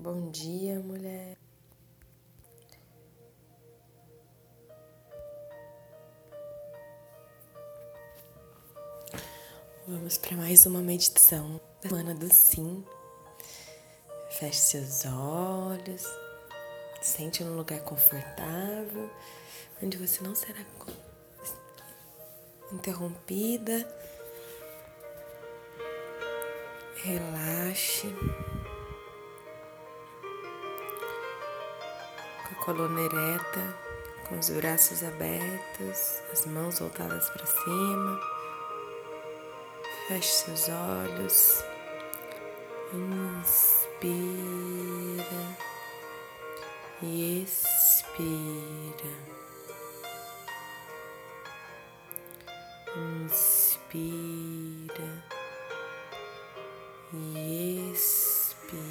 Bom dia, mulher. Vamos para mais uma meditação da semana do Sim. Feche seus olhos, sente num lugar confortável, onde você não será interrompida. Relaxe, com a coluna ereta, com os braços abertos, as mãos voltadas para cima. Feche seus olhos. Inspira e expira. Inspira e expira.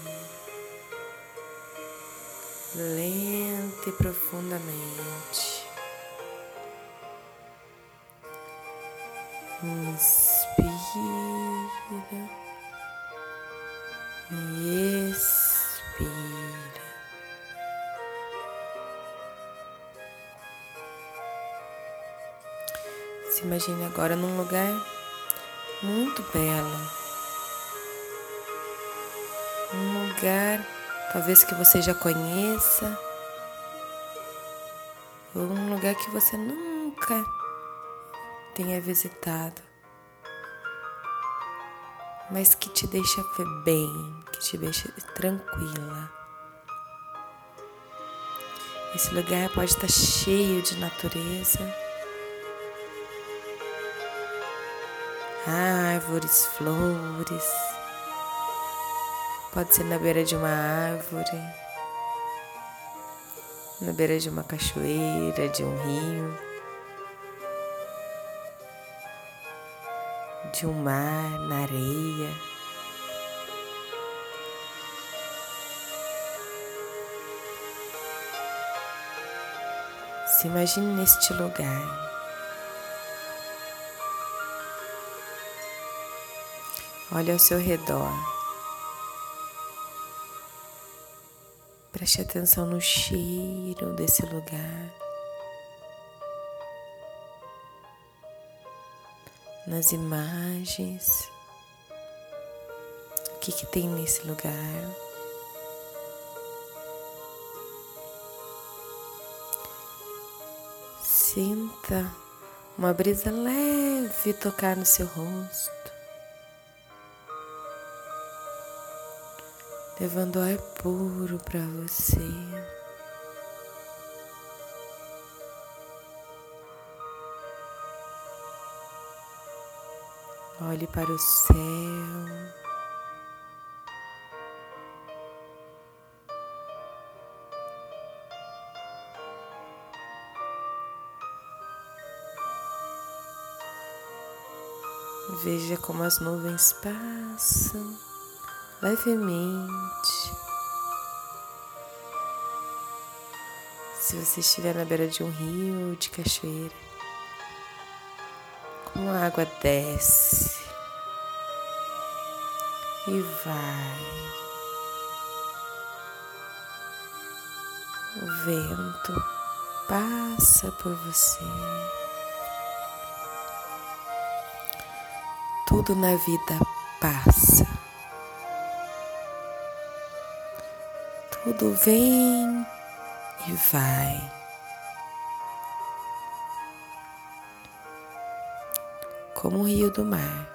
Lenta e profundamente. Inspira e expira. Se imagine agora num lugar muito belo. Um lugar talvez que você já conheça, ou um lugar que você nunca tenha visitado, mas que te deixa bem, que te deixa tranquila. Esse lugar pode estar cheio de natureza, árvores, flores. Pode ser na beira de uma árvore, na beira de uma cachoeira, de um rio, de um mar, na areia. Se imagine neste lugar. Olhe ao seu redor. Preste atenção no cheiro desse lugar, nas imagens. O que tem nesse lugar? Sinta uma brisa leve tocar no seu rosto, levando ar puro para você. Olhe para o céu. Veja como as nuvens passam levemente. Se você estiver na beira de um rio ou de cachoeira, como a água desce e vai. O vento passa por você. Tudo na vida passa. Tudo vem e vai. Como o rio do mar.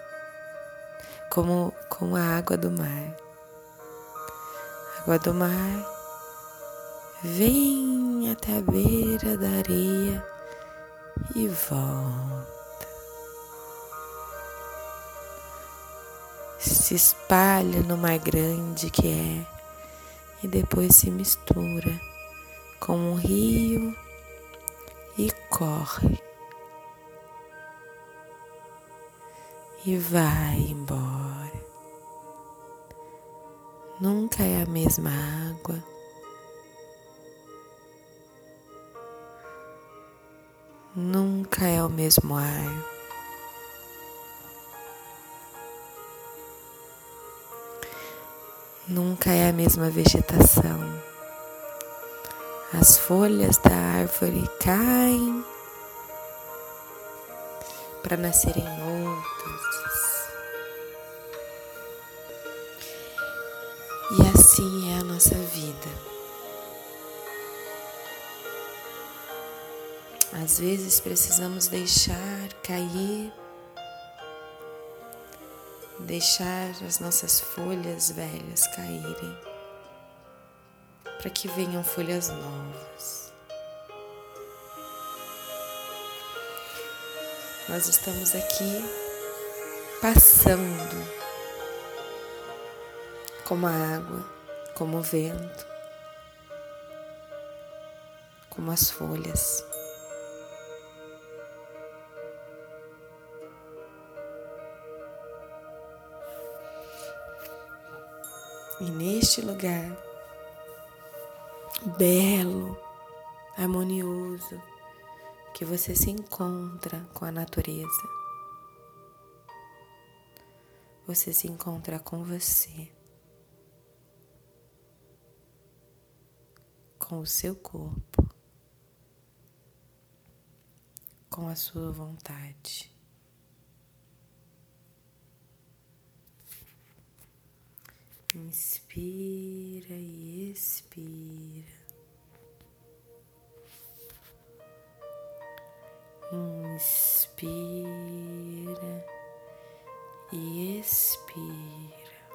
Como a água do mar. A água do mar vem até a beira da areia e volta. Se espalha no mar grande que é e depois se mistura com um rio e corre e vai embora. Nunca é a mesma água, nunca é o mesmo ar. Nunca é a mesma vegetação. As folhas da árvore caem para nascerem outras. E assim é a nossa vida. Às vezes precisamos deixar cair, deixar as nossas folhas velhas caírem, para que venham folhas novas. Nós estamos aqui passando como a água, como o vento, como as folhas. E neste lugar belo, harmonioso, que você se encontra com a natureza, você se encontra com você, com o seu corpo, com a sua vontade. Inspira e expira. Inspira e expira.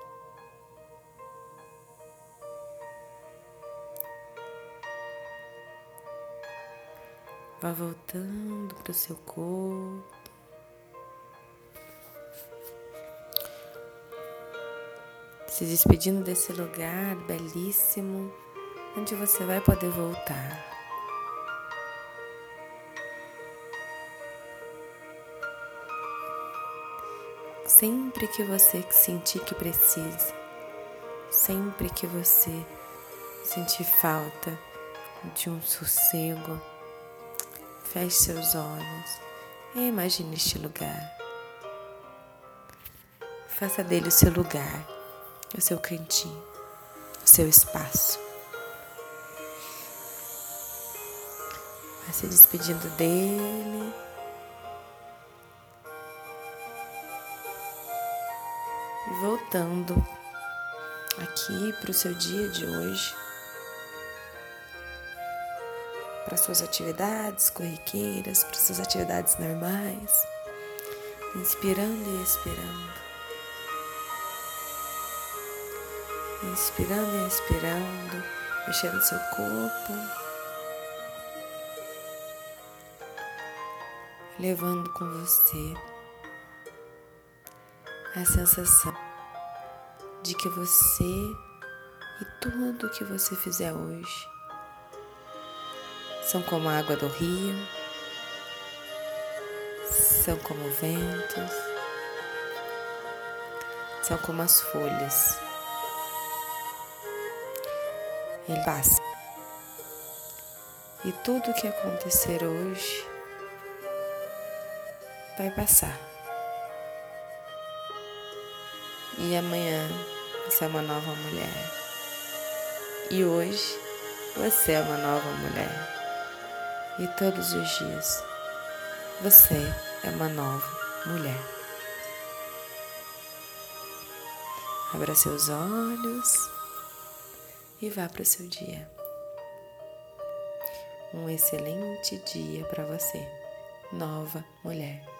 Vá voltando para o seu corpo. Se despedindo desse lugar belíssimo, onde você vai poder voltar. Sempre que você sentir que precisa, sempre que você sentir falta de um sossego, feche seus olhos e imagine este lugar. Faça dele o seu lugar, o seu cantinho, o seu espaço. Vai se despedindo dele. E voltando aqui para o seu dia de hoje, para suas atividades corriqueiras, para suas atividades normais, inspirando e expirando. Inspirando e expirando, mexendo seu corpo, levando com você a sensação de que você e tudo que você fizer hoje são como a água do rio, são como ventos, são como as folhas. Ele passa. E tudo o que acontecer hoje vai passar. E amanhã você é uma nova mulher. E hoje você é uma nova mulher. E todos os dias você é uma nova mulher. Abra seus olhos e vá para o seu dia. Um excelente dia para você, nova mulher.